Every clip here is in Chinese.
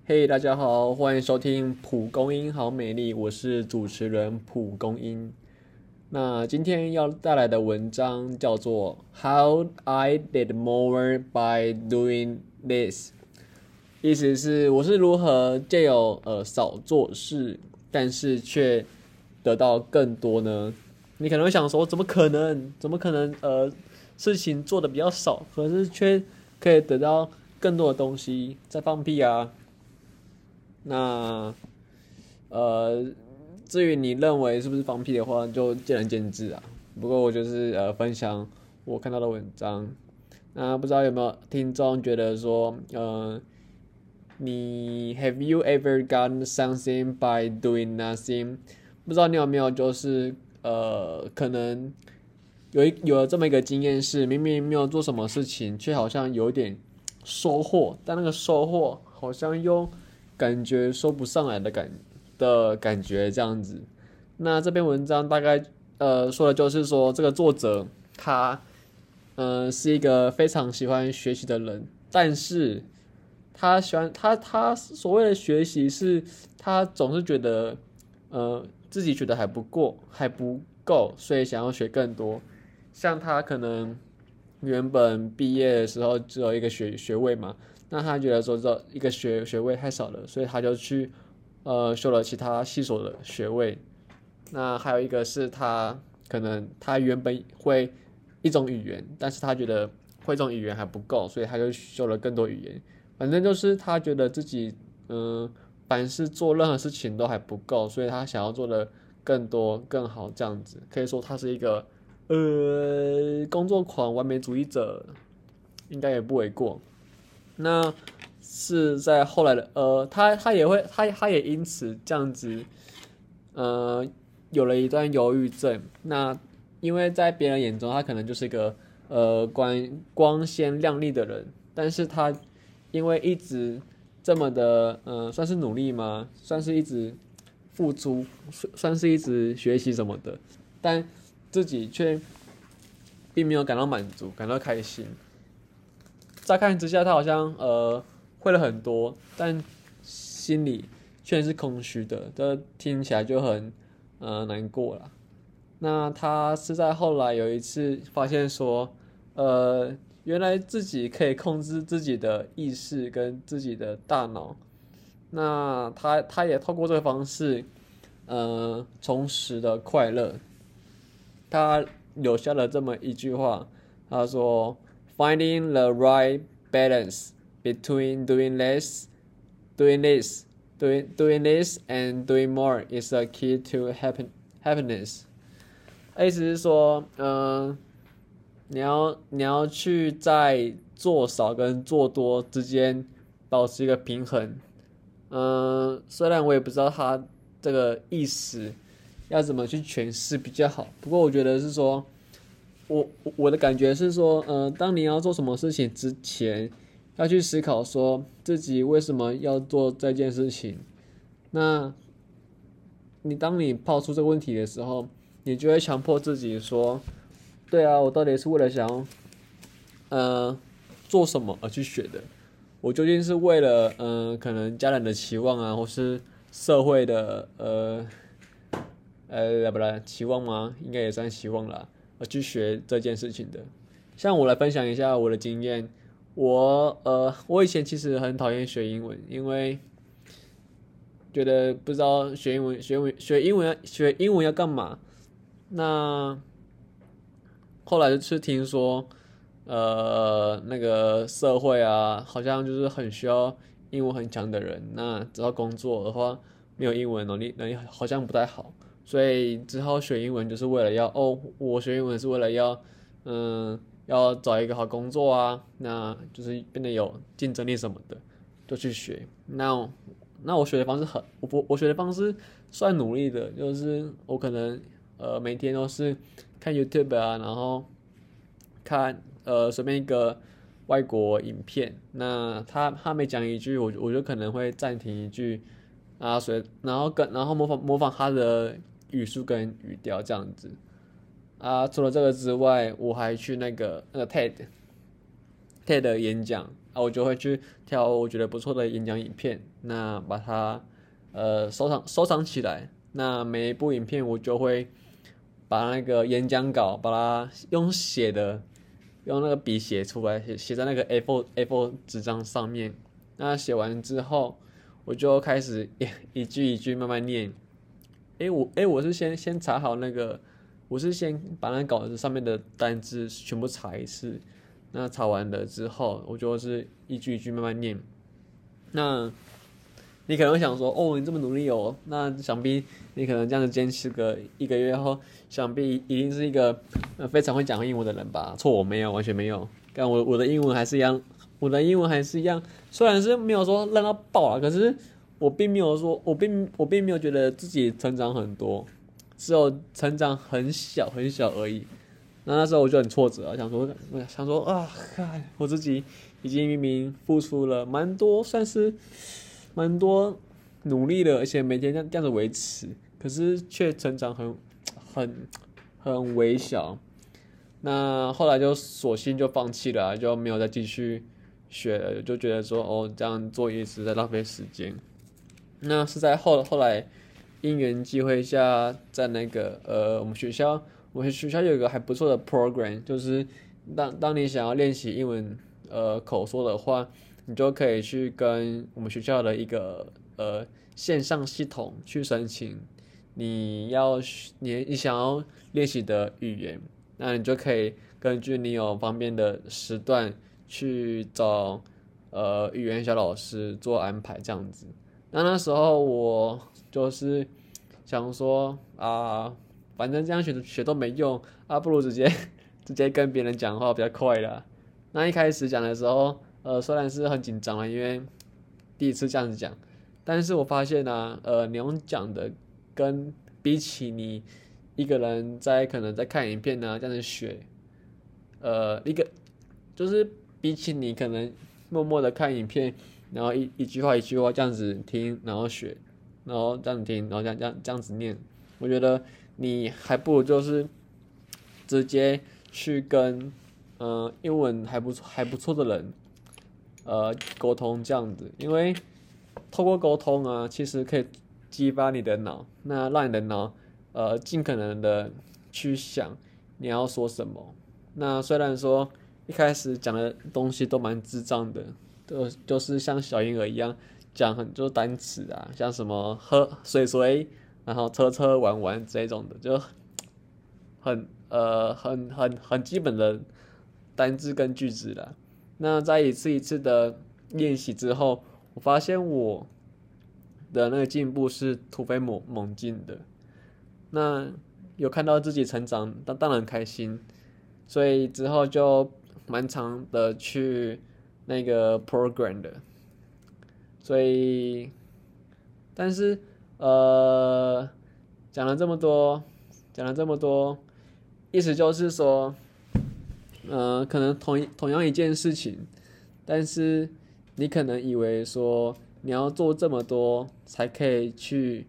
嘿，大家好，欢迎收听蒲公英好美丽，我是主持人蒲公英。那今天要带来的文章叫做《How I Did More by Doing This》，意思是我是如何借由少做事，但是却得到更多呢？你可能会想说，怎么可能？怎么可能？事情做的比较少，可是却可以得到更多的东西，在放屁啊！那至于你认为是不是放屁的话，就见仁见智啊。不过我就是分享我看到的文章。那不知道有没有听众觉得说，你 Have you ever gotten something by doing nothing？不知道你有没有就是可能有这么一个经验是，明明没有做什么事情，却好像有点收获，但那个收获好像又感觉说不上来的感觉这样子。那这篇文章大概说的就是说，这个作者他是一个非常喜欢学习的人，但是他所谓的学习是，他总是觉得自己觉得还不够，所以想要学更多。像他可能原本毕业的时候只有一个学位嘛，那他觉得说这一个学位太少了，所以他就去修了其他系所的学位。那还有一个是他可能他原本会一种语言，但是他觉得会这种语言还不够，所以他就修了更多语言。反正就是他觉得自己凡是做任何事情都还不够，所以他想要做的更多更好这样子。可以说他是一个工作狂、完美主义者，应该也不为过。那是在后来的他也因此这样子，有了一段忧郁症。那因为在别人眼中，他可能就是一个光鲜亮丽的人，但是他因为一直这么的算是努力吗？算是一直付出，算是一直学习什么的，但自己却并没有感到满足，感到开心。乍看之下，他好像会了很多，但心里却是空虚的，这听起来就很难过了。那他是在后来有一次发现说，原来自己可以控制自己的意识跟自己的大脑。那他也透过这个方式，重拾了快乐。他留下了这么一句话，他说：“Finding the right balance between doing this, and doing more is the key to happiness。”意思是说，你要去在做少跟做多之间保持一个平衡。虽然我也不知道他这个意思要怎么去诠释比较好，不过我觉得是说，我的感觉是说，当你要做什么事情之前，要去思考说自己为什么要做这件事情。那当你抛出这个问题的时候，你就会强迫自己说，对啊，我到底是为了想要做什么而去学的？我究竟是为了可能家人的期望啊，或是社会的不然期望吗？应该也算期望啦，而去学这件事情的。像我来分享一下我的经验，我以前其实很讨厌学英文，因为觉得不知道学英文要干嘛。那后来就是听说，那个社会啊，好像就是很需要英文很强的人。那只要工作的话，没有英文能力好像不太好，所以只好学英文，就是为了我学英文是为了要找一个好工作啊，那就是变得有竞争力什么的，就去学。那我学的方式我学的方式算努力的，就是我可能每天都是看 YouTube 啊，然后看随便一个外国影片，那他每讲一句，我就可能会暂停一句啊，然后模仿他的语速跟语调这样子啊。除了这个之外，我还去那个TED 的演讲我就会去挑我觉得不错的演讲影片，那把它收藏起来。那每一部影片我就会把那个演讲稿把它用写的，用那个笔写出来，写在那个 A4 纸张上面。那写完之后，我就开始一句一句慢慢念。我是先查好那个，我是先把那稿子上面的单字全部查一次。那查完了之后，我就是一句一句慢慢念。那你可能会想说，你这么努力哦，那想必你可能这样子坚持个1个月后，想必一定是一个非常会讲英文的人吧？错，我没有，完全没有。但我的英文还是一样，虽然是没有说烂到爆啊，可是我并没有说，我并没有觉得自己成长很多，只有成长很小很小而已。那时候我就很挫折啊，想说啊，我自己已经明明付出了蛮多，算是蛮多努力的，而且每天这样子维持，可是却成长很微小。那后来就索性就放弃了啊，就没有再继续学了，就觉得说这样做一直在浪费时间。那是在后来因缘际会下，在那个我们学校有一个还不错的 program， 就是当你想要练习英文口说的话，你就可以去跟我们学校的一个线上系统去申请你想要练习的语言。那你就可以根据你有方便的时段去找语言小老师做安排这样子。那时候我就是想说反正这样学都没用不如直接跟别人讲话比较快啦。那一开始讲的时候，虽然是很紧张啦，因为第一次这样子讲，但是我发现你用讲的跟比起你一个人可能在看影片这样子学，一个就是比起你可能默默的看影片，然后一句话一句话这样子听，然后学，然后这样子听，然后这样子念，我觉得你还不如就是直接去跟英文还不错的人沟通这样子，因为透过沟通其实可以激发你的脑，那让你的脑尽可能的去想你要说什么。那虽然说一开始讲的东西都蛮智障的，就是像小婴儿一样讲很多单词像什么喝水，然后车玩这种的，就很基本的单字跟句子啦。那在一次一次的练习之后，我发现我的那个进步是突飞猛进的。那有看到自己成长，当然开心，所以之后就蛮常的去那个 program 的。所以，但是讲了这么多，意思就是说，可能同样一件事情，但是你可能以为说你要做这么多才可以去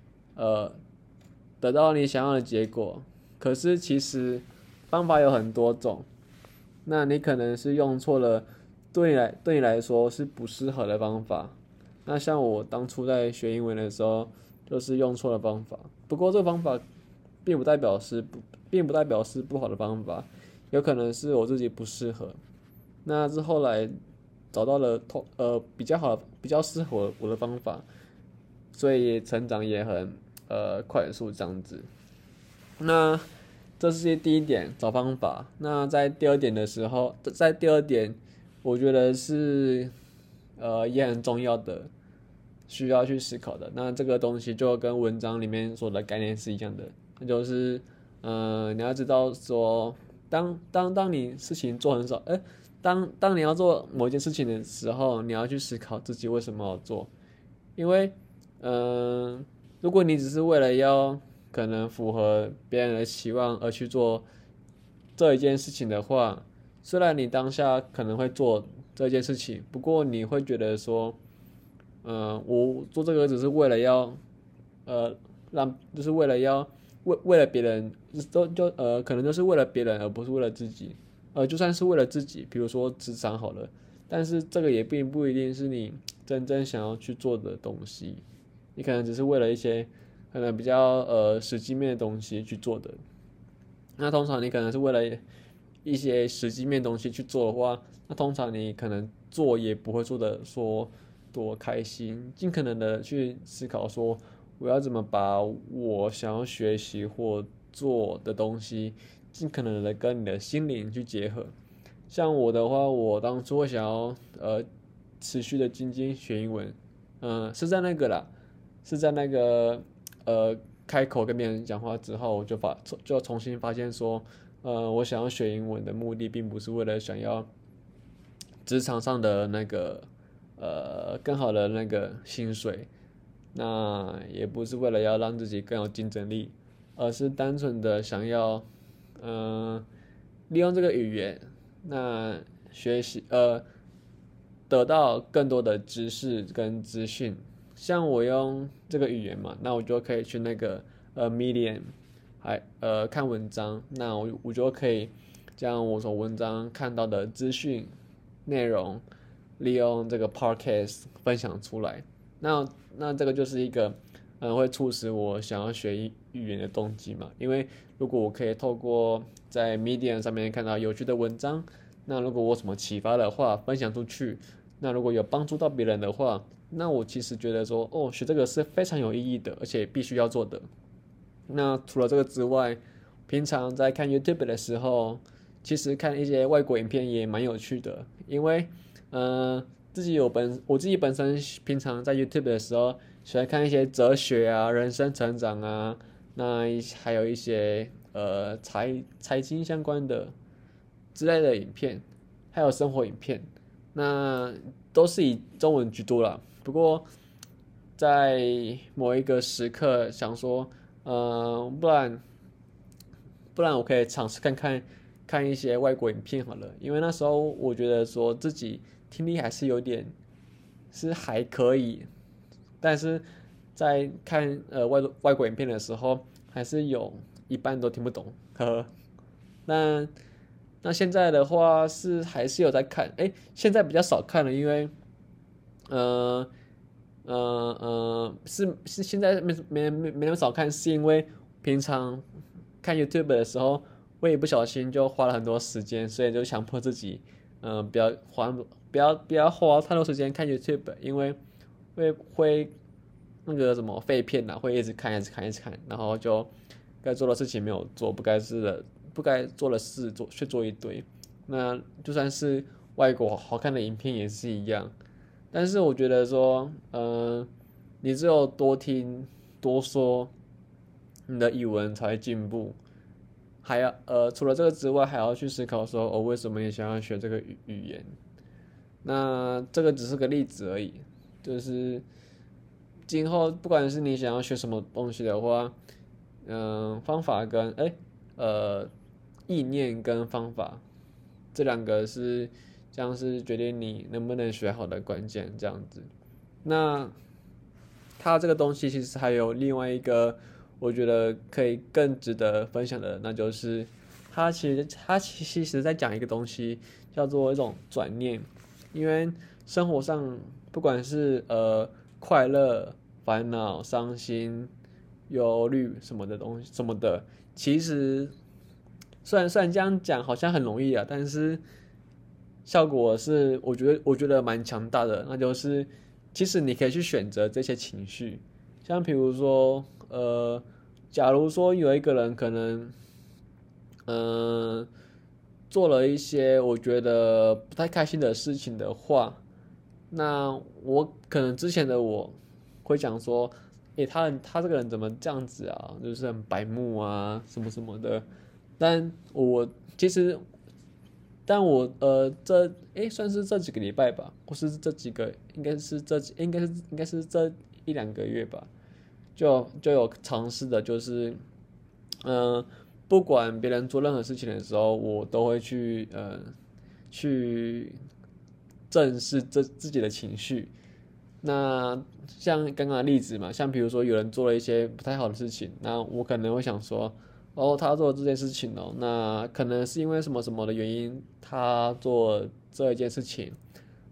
得到你想要的结果，可是其实方法有很多种，那你可能是用错了，对你来说是不适合的方法。那像我当初在学英文的时候，就是用错了方法。不过这个方法并不代表是不好的方法，有可能是我自己不适合。那是后来找到了比较适合我的方法，所以成长也很快速这样子。那这是第一点，找方法。那在第二点的时候，在第二点，我觉得是也很重要的，需要去思考的。那这个东西就跟文章里面说的概念是一样的，那就是你要知道说，当你事情做很少，当你要做某一件事情的时候，你要去思考自己为什么要做，因为如果你只是为了要可能符合别人的期望而去做这一件事情的话，虽然你当下可能会做这件事情，不过你会觉得说，我做这个只是为了要，就是为了别人，可能就是为了别人，而不是为了自己。就算是为了自己，比如说职场好了， 但是这个也并不一定是你真正想要去做的东西，你可能只是为了一些可能比较实际面的东西去做的。那通常你可能是为了一些实际面的东西去做的话，那通常你可能做也不会做的说多开心，尽可能的去思考说我要怎么把我想要学习或做的东西，尽可能的跟你的心灵去结合。像我的话，我当初会想要持续的精进学英文，是在那个啦，是在那个开口跟别人讲话之后，我就重新发现说，我想要学英文的目的，并不是为了想要职场上的那个更好的那个薪水，那也不是为了要让自己更有竞争力，而是单纯的想要利用这个语言，那学习得到更多的知识跟资讯。像我用这个语言嘛，那我就可以去那个Medium，看文章，那我就可以将我从文章看到的资讯内容，利用这个 podcast 分享出来。那这个就是一个会促使我想要学语言的动机嘛。因为如果我可以透过在 Medium 上面看到有趣的文章，那如果我有什么启发的话，分享出去，那如果有帮助到别人的话，那我其实觉得说，学这个是非常有意义的，而且必须要做的。那除了这个之外，平常在看 YouTube 的时候，其实看一些外国影片也蛮有趣的，因为我自己本身平常在 YouTube 的时候，喜欢看一些哲学啊、人生成长啊，那还有一些财经相关的之类的影片，还有生活影片，那都是以中文居多啦。不过在某一个时刻想说，不然我可以尝试看一些外国影片好了，因为那时候我觉得说自己听力还是有点是还可以，但是在看外国影片的时候，还是有一半都听不懂。那那现在的话是还是有在看，现在比较少看了，因为是现在没那么少看，是因为平常看 YouTube 的时候，我也不小心就花了很多时间，所以就强迫自己，不要花太多时间看 YouTube，因为会那个什么废片呐、会一直看，然后就该做的事情没有做，不该做的事去做一堆。那就算是外国好看的影片也是一样。但是我觉得说，你只有多听多说，你的语文才会进步。还要除了这个之外，还要去思考说，为什么你想要学这个语言？那这个只是个例子而已，就是今后不管是你想要学什么东西的话，方法跟意念跟方法这两个是将是决定你能不能学好的关键，这样子。那它这个东西其实还有另外一个，我觉得可以更值得分享的，那就是它其实在讲一个东西，叫做一种转念。因为生活上不管是快乐、烦恼、伤心、忧虑什么的东西什么的，其实虽然这样讲好像很容易啊，但是效果是我觉得蛮强大的。那就是其实你可以去选择这些情绪，像比如说假如说有一个人可能做了一些我觉得不太开心的事情的话，那我可能之前的我会讲说，他这个人怎么这样子啊，就是很白目啊，什么什么的。但我其实，但我算是这几个礼拜吧，或是这几个，应该是这一两个月吧，就有尝试的，就是不管别人做任何事情的时候，我都会去正视自己的情绪。那像刚刚的例子嘛，像比如说有人做了一些不太好的事情，那我可能会想说，他做这件事情那可能是因为什么什么的原因，他做这一件事情。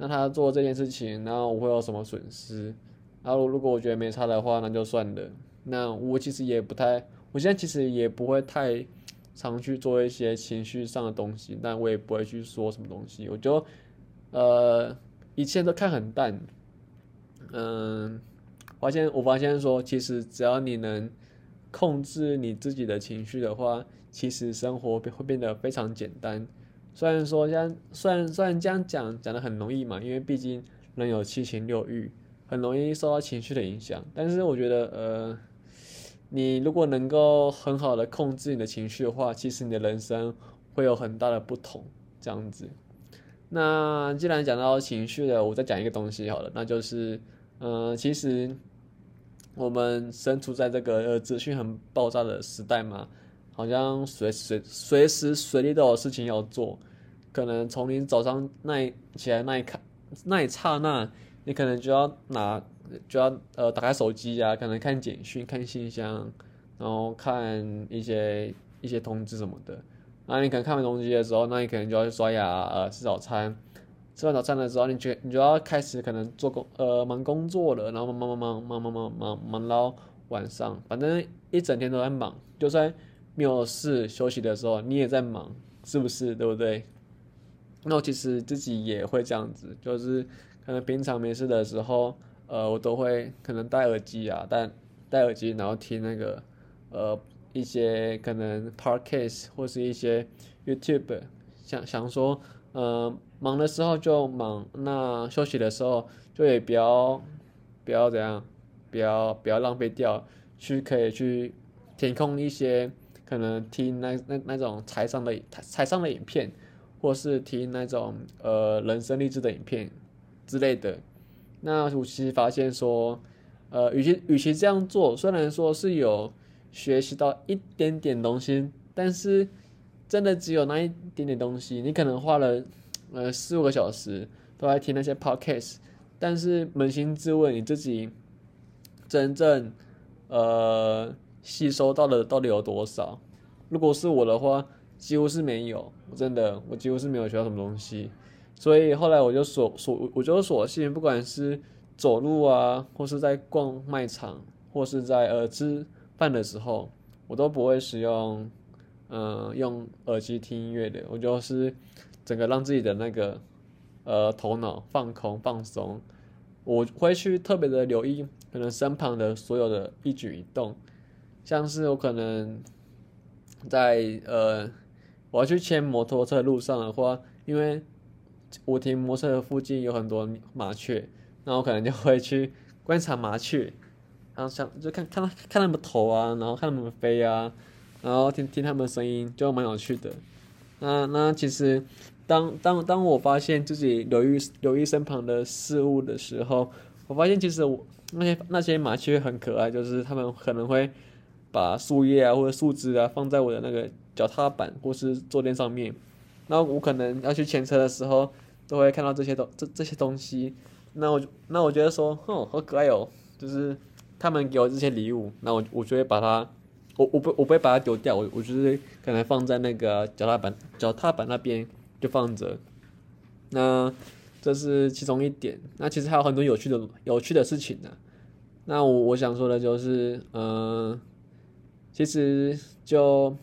那他做这件事情，然后我会有什么损失？然后如果我觉得没差的话，那就算了。那我其实也不太，我现在其实也不会太常去做一些情绪上的东西，但我也不会去说什么东西，我就一切都看很淡。嗯，我发现说，其实只要你能控制你自己的情绪的话，其实生活会变得非常简单。虽然说虽然这样讲的很容易嘛，因为毕竟人有七情六欲，很容易受到情绪的影响。但是我觉得，你如果能够很好的控制你的情绪的话，其实你的人生会有很大的不同。这样子。那既然讲到情绪了，我再讲一个东西好了，那就是，其实我们身处在这个资讯很爆炸的时代嘛，好像随时随地都有事情要做，可能从你早上起来那一刹那，你可能就要打开手机啊，可能看简讯、看信箱，然后看一些通知什么的。那你可能看完东西的时候，那你可能就要去刷牙，吃早餐。吃完早餐的时候，你就要开始可能忙工作了，然后忙到晚上，反正一整天都在忙。就算没有事休息的时候，你也在忙，是不是？对不对？那我其实自己也会这样子，就是可能平常没事的时候，我都会可能戴耳机啊，戴耳机，然后听那个呃一些可能 podcast 或是一些 YouTube，想说，忙的时候就忙，那休息的时候就也不要怎样，不要浪费掉，可以去填空一些可能听那种财商的影片。或是听那种人生励志的影片之类的。那我其实发现说，与其这样做，虽然说是有学习到一点点东西，但是真的只有那一点点东西，你可能花了4、5个小时都在听那些 podcast，但是扪心自问，你自己真正吸收到的到底有多少？如果是我的话，几乎是没有，我几乎是没有学到什么东西，所以后来我就索性不管是走路啊，或是在逛卖场，或是在吃饭的时候，我都不会使用用耳机听音乐的，我就是整个让自己的那个头脑放空放松，我会去特别的留意可能身旁的所有的一举一动，像是我可能在我要去牵摩托车的路上的话，因为我停摩托车的附近有很多麻雀，那我可能就会去观察麻雀，然后就看它们头啊，然后看它们飞啊，然后听它们的声音，就蛮有趣的。那其实当我发现自己留意身旁的事物的时候，我发现其实那些麻雀很可爱，就是它们可能会把树叶啊或者树枝啊放在我的那个脚踏板或是坐垫上面，然后我可能要去牵车的时候，都会看到这些东西，那我觉得说，好可爱哦，就是他们给我这些礼物，那我就会把它，我不会把它丢掉，我就是可能放在那个脚踏板那边就放着，那这是其中一点，那其实还有很多有趣的事情呢、那我想说的就是，其实就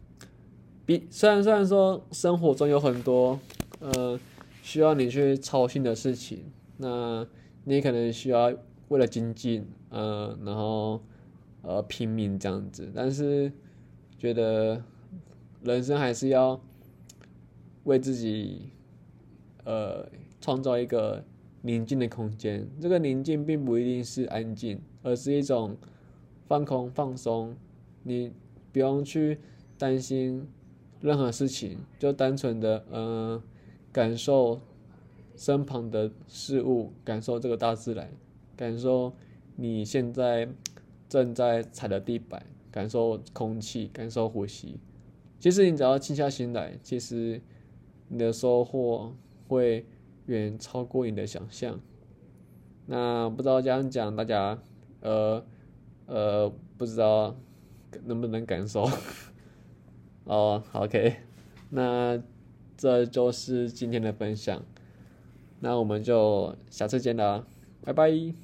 虽然说生活中有很多需要你去操心的事情，那你可能需要为了经济然后拼命这样子，但是觉得人生还是要为自己呃创造一个宁静的空间。这个宁静并不一定是安静，而是一种放空放松。你不用去担心任何事情，就单纯的感受身旁的事物，感受这个大自然，感受你现在正在踩的地板，感受空气，感受呼吸。其实你只要静下心来，其实你的收获会远超过你的想象。那不知道这样讲，大家呃不知道能不能感受？哦，OK，那这就是今天的分享。 那我们就下次见了，拜拜。